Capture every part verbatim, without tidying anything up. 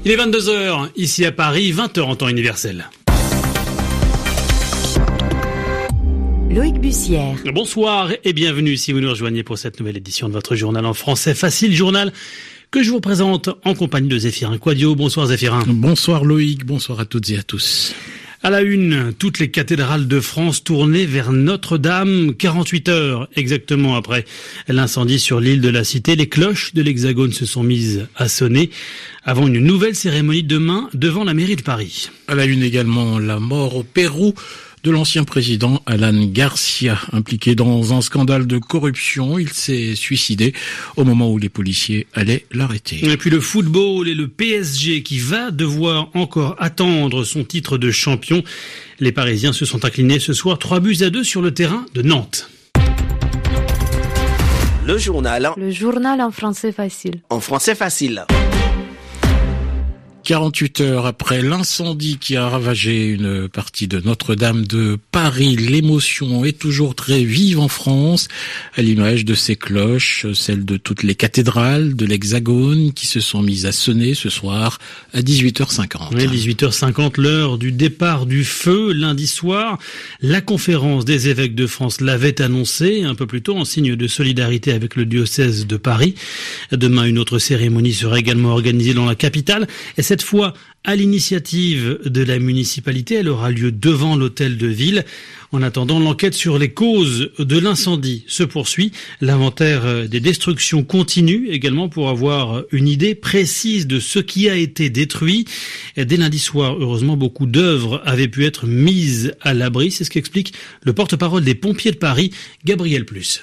Il est vingt-deux heures, ici à Paris, vingt heures en temps universel. Loïc Bussière. Bonsoir et bienvenue si vous nous rejoignez pour cette nouvelle édition de votre journal en français facile, journal que je vous présente en compagnie de Zéphirin Quadio. Bonsoir Zéphirin. Bonsoir Loïc, bonsoir à toutes et à tous. À la une, toutes les cathédrales de France tournées vers Notre-Dame. quarante-huit heures exactement après l'incendie sur l'île de la Cité, les cloches de l'Hexagone se sont mises à sonner avant une nouvelle cérémonie demain devant la mairie de Paris. À la une également, la mort au Pérou de l'ancien président Alan Garcia, impliqué dans un scandale de corruption. Il s'est suicidé au moment où les policiers allaient l'arrêter. Et puis le football et le P S G qui va devoir encore attendre son titre de champion. Les Parisiens se sont inclinés ce soir trois buts à deux sur le terrain de Nantes. Le journal. Le journal en français facile. En français facile. quarante-huit heures après l'incendie qui a ravagé une partie de Notre-Dame de Paris, l'émotion est toujours très vive en France, à l'image de ces cloches, celles de toutes les cathédrales de l'Hexagone qui se sont mises à sonner ce soir à dix-huit heures cinquante. Oui, dix-huit heures cinquante, l'heure du départ du feu lundi soir. La conférence des évêques de France l'avait annoncé un peu plus tôt en signe de solidarité avec le diocèse de Paris. Demain, une autre cérémonie sera également organisée dans la capitale et cette fois à l'initiative de la municipalité. Elle aura lieu devant l'hôtel de ville. En attendant, l'enquête sur les causes de l'incendie se poursuit. L'inventaire des destructions continue également pour avoir une idée précise de ce qui a été détruit. Et dès lundi soir, heureusement, beaucoup d'œuvres avaient pu être mises à l'abri. C'est ce qu'explique le porte-parole des pompiers de Paris, Gabriel Plus.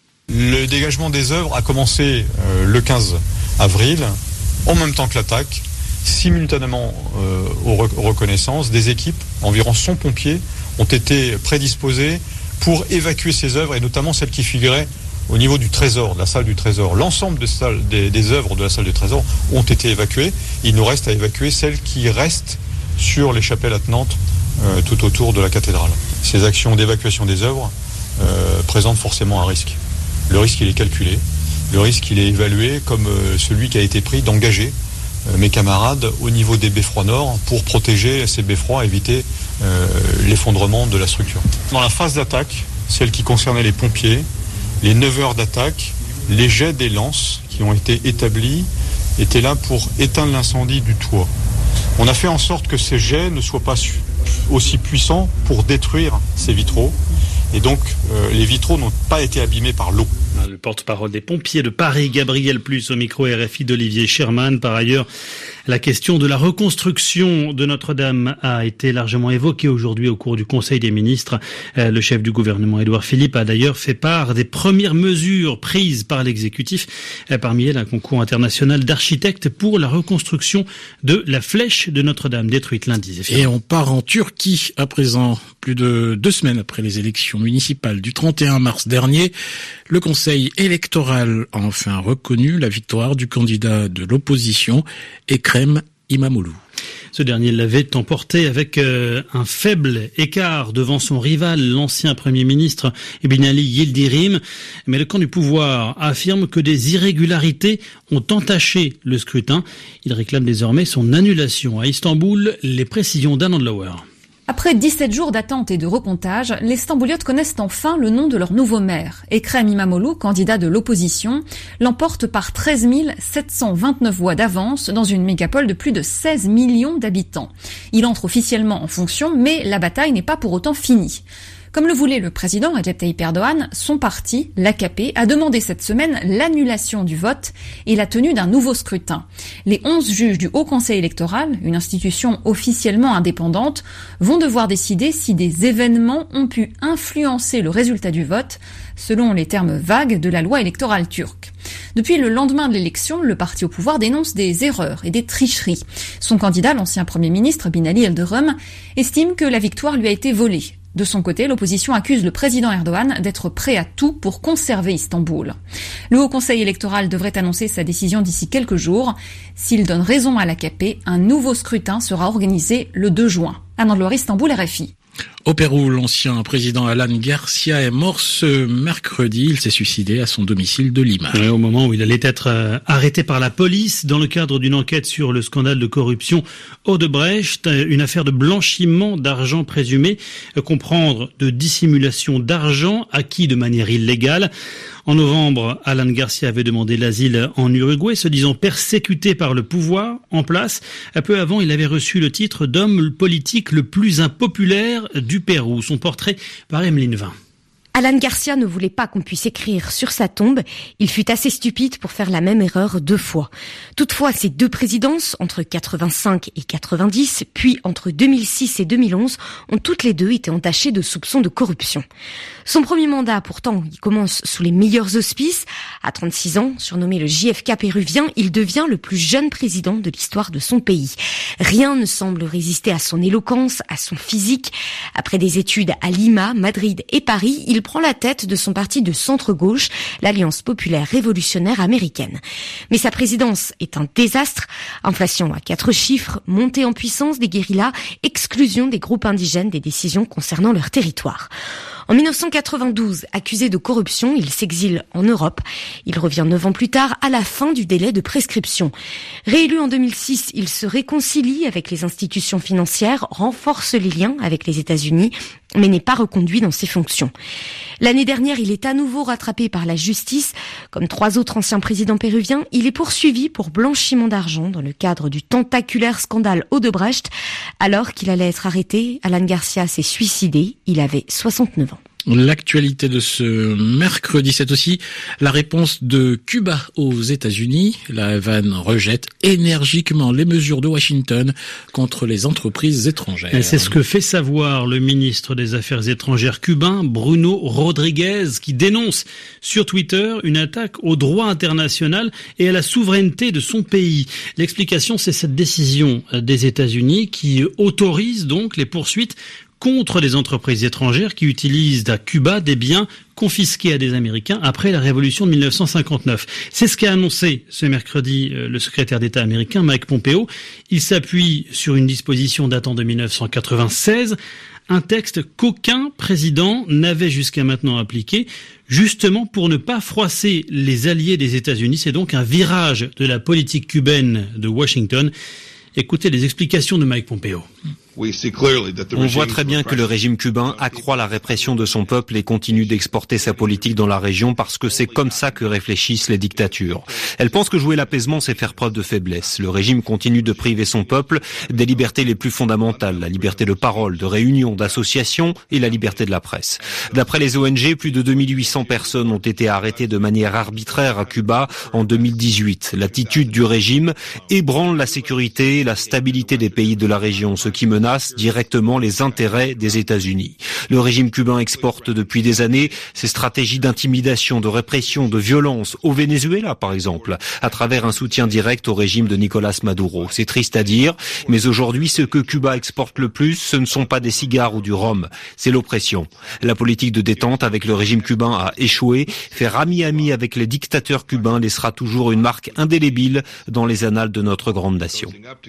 Le dégagement des œuvres a commencé euh, le quinze avril, en même temps que l'attaque. Simultanément euh, aux, re- aux reconnaissances, des équipes, environ cent pompiers, ont été prédisposés pour évacuer ces œuvres, et notamment celles qui figuraient au niveau du trésor, de la salle du trésor. L'ensemble des, salles, des, des œuvres de la salle du trésor ont été évacuées. Il nous reste à évacuer celles qui restent sur les chapelles attenantes euh, tout autour de la cathédrale. Ces actions d'évacuation des œuvres euh, présentent forcément un risque. Le risque, il est calculé. Le risque, il est évalué comme euh, celui qui a été pris d'engager mes camarades au niveau des beffrois nord pour protéger ces beffrois, éviter euh, l'effondrement de la structure. Dans la phase d'attaque, celle qui concernait les pompiers, les neuf heures d'attaque, les jets des lances qui ont été établis étaient là pour éteindre l'incendie du toit. On a fait en sorte que ces jets ne soient pas aussi puissants pour détruire ces vitraux. Et donc, euh, les vitraux n'ont pas été abîmés par l'eau. Le porte-parole des pompiers de Paris, Gabriel Plus, au micro R F I d'Olivier Sherman. Par ailleurs, la question de la reconstruction de Notre-Dame a été largement évoquée aujourd'hui au cours du Conseil des ministres. Le chef du gouvernement, Édouard Philippe, a d'ailleurs fait part des premières mesures prises par l'exécutif. Parmi elles, un concours international d'architectes pour la reconstruction de la flèche de Notre-Dame, détruite lundi. Et on part en Turquie à présent. Plus de deux semaines après les élections municipales du trente et un mars dernier, le Conseil électoral a enfin reconnu la victoire du candidat de l'opposition, Ekrem İmamoğlu. Ce dernier l'avait emporté avec euh, un faible écart devant son rival, l'ancien Premier ministre Binali Yildirim. Mais le camp du pouvoir affirme que des irrégularités ont entaché le scrutin. Il réclame désormais son annulation. À Istanbul, les précisions d'Anand Lauer. Après dix-sept jours d'attente et de recomptage, les Stambouliotes connaissent enfin le nom de leur nouveau maire. Ekrem İmamoğlu, candidat de l'opposition, l'emporte par treize mille sept cent vingt-neuf voix d'avance dans une mégapole de plus de seize millions d'habitants. Il entre officiellement en fonction, mais la bataille n'est pas pour autant finie. Comme le voulait le président Recep Tayyip Erdoğan, son parti, l'A K P, a demandé cette semaine l'annulation du vote et la tenue d'un nouveau scrutin. Les onze juges du Haut Conseil électoral, une institution officiellement indépendante, vont devoir décider si des événements ont pu influencer le résultat du vote, selon les termes vagues de la loi électorale turque. Depuis le lendemain de l'élection, le parti au pouvoir dénonce des erreurs et des tricheries. Son candidat, l'ancien Premier ministre Binali Yildirim, estime que la victoire lui a été volée. De son côté, l'opposition accuse le président Erdoğan d'être prêt à tout pour conserver Istanbul. Le Haut Conseil électoral devrait annoncer sa décision d'ici quelques jours. S'il donne raison à l'A K P, un nouveau scrutin sera organisé le deux juin. Anand Lauer, Istanbul, R F I. Au Pérou, l'ancien président Alan Garcia est mort ce mercredi. Il s'est suicidé à son domicile de Lima. Ouais, au moment où il allait être euh, arrêté par la police dans le cadre d'une enquête sur le scandale de corruption Odebrecht, une affaire de blanchiment d'argent présumé, euh, comprendre de dissimulation d'argent acquis de manière illégale. En novembre, Alan Garcia avait demandé l'asile en Uruguay, se disant persécuté par le pouvoir en place. Peu avant, il avait reçu le titre d'homme politique le plus impopulaire du Pérou. Son portrait par Emeline Vin. Alan Garcia ne voulait pas qu'on puisse écrire sur sa tombe. Il fut assez stupide pour faire la même erreur deux fois. Toutefois, ces deux présidences, entre quatre-vingt-cinq et quatre-vingt-dix, puis entre deux mille six et deux mille onze, ont toutes les deux été entachées de soupçons de corruption. Son premier mandat, pourtant, il commence sous les meilleurs auspices. À trente-six ans, surnommé le J F K péruvien, il devient le plus jeune président de l'histoire de son pays. Rien ne semble résister à son éloquence, à son physique. Après des études à Lima, Madrid et Paris, il prend la tête de son parti de centre-gauche, l'Alliance populaire révolutionnaire américaine. Mais sa présidence est un désastre. Inflation à quatre chiffres, montée en puissance des guérillas, exclusion des groupes indigènes des décisions concernant leur territoire. En dix-neuf cent quatre-vingt-douze, accusé de corruption, il s'exile en Europe. Il revient neuf ans plus tard, à la fin du délai de prescription. Réélu en deux mille six, il se réconcilie avec les institutions financières, renforce les liens avec les États-Unis, mais n'est pas reconduit dans ses fonctions. L'année dernière, il est à nouveau rattrapé par la justice. Comme trois autres anciens présidents péruviens, il est poursuivi pour blanchiment d'argent dans le cadre du tentaculaire scandale Odebrecht. Alors qu'il allait être arrêté, Alan Garcia s'est suicidé. Il avait soixante-neuf ans. L'actualité de ce mercredi, c'est aussi la réponse de Cuba aux États-Unis. La Havane rejette énergiquement les mesures de Washington contre les entreprises étrangères. Et c'est ce que fait savoir le ministre des Affaires étrangères cubain, Bruno Rodriguez, qui dénonce sur Twitter une attaque au droit international et à la souveraineté de son pays. L'explication, c'est cette décision des États-Unis qui autorise donc les poursuites contre des entreprises étrangères qui utilisent à Cuba des biens confisqués à des Américains après la révolution de mille neuf cent cinquante-neuf. C'est ce qu'a annoncé ce mercredi le secrétaire d'État américain Mike Pompeo. Il s'appuie sur une disposition datant de mille neuf cent quatre-vingt-seize, un texte qu'aucun président n'avait jusqu'à maintenant appliqué, justement pour ne pas froisser les alliés des États-Unis. C'est donc un virage de la politique cubaine de Washington. Écoutez les explications de Mike Pompeo. On voit très bien que le régime cubain accroît la répression de son peuple et continue d'exporter sa politique dans la région parce que c'est comme ça que réfléchissent les dictatures. Elle pense que jouer l'apaisement, c'est faire preuve de faiblesse. Le régime continue de priver son peuple des libertés les plus fondamentales, la liberté de parole, de réunion, d'association et la liberté de la presse. D'après les O N G, plus de deux mille huit cents personnes ont été arrêtées de manière arbitraire à Cuba en deux mille dix-huit. L'attitude du régime ébranle la sécurité et la stabilité des pays de la région, ce qui menace directement les intérêts des États-Unis. Le régime cubain exporte depuis des années ses stratégies d'intimidation, de répression, de violence au Venezuela, par exemple, à travers un soutien direct au régime de Nicolás Maduro. C'est triste à dire, mais aujourd'hui, ce que Cuba exporte le plus, ce ne sont pas des cigares ou du rhum, c'est l'oppression. La politique de détente avec le régime cubain a échoué. Faire ami-ami avec les dictateurs cubains laissera toujours une marque indélébile dans les annales de notre grande nation.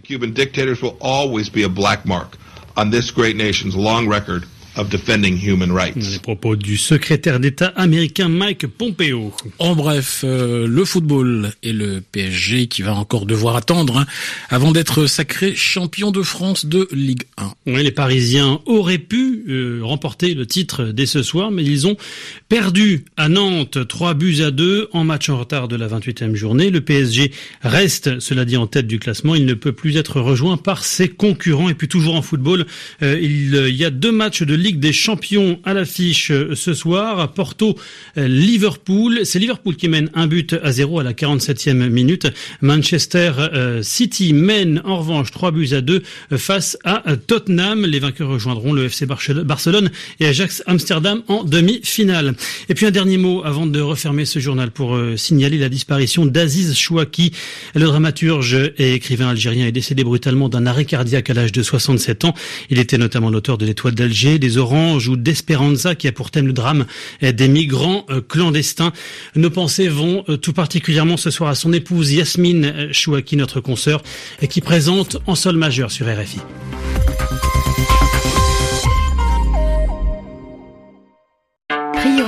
On this great nation's long record of defending human rights. Les propos du secrétaire d'État américain Mike Pompeo. En bref, euh, le football et le P S G qui va encore devoir attendre hein, avant d'être sacré champion de France de Ligue un. Oui, les Parisiens auraient pu euh, remporter le titre dès ce soir, mais ils ont perdu à Nantes trois buts à deux en match en retard de la vingt-huitième journée. Le P S G reste, cela dit, en tête du classement. Il ne peut plus être rejoint par ses concurrents. Et puis toujours en football, euh, il euh, y a deux matchs de Ligue des Champions à l'affiche ce soir. Porto-Liverpool. C'est Liverpool qui mène un but à zéro à la quarante-septième minute. Manchester City mène en revanche trois buts à deux face à Tottenham. Les vainqueurs rejoindront le F C Barcelone et Ajax Amsterdam en demi-finale. Et puis un dernier mot avant de refermer ce journal pour signaler la disparition d'Aziz Chouaki. Le dramaturge et écrivain algérien est décédé brutalement d'un arrêt cardiaque à l'âge de soixante-sept ans. Il était notamment l'auteur de l'Étoile d'Alger, des Oranges ou d'Esperanza qui a pour thème le drame des migrants clandestins. Nos pensées vont tout particulièrement ce soir à son épouse Yasmine Chouaki, notre consoeur, qui présente En sol majeur sur R F I.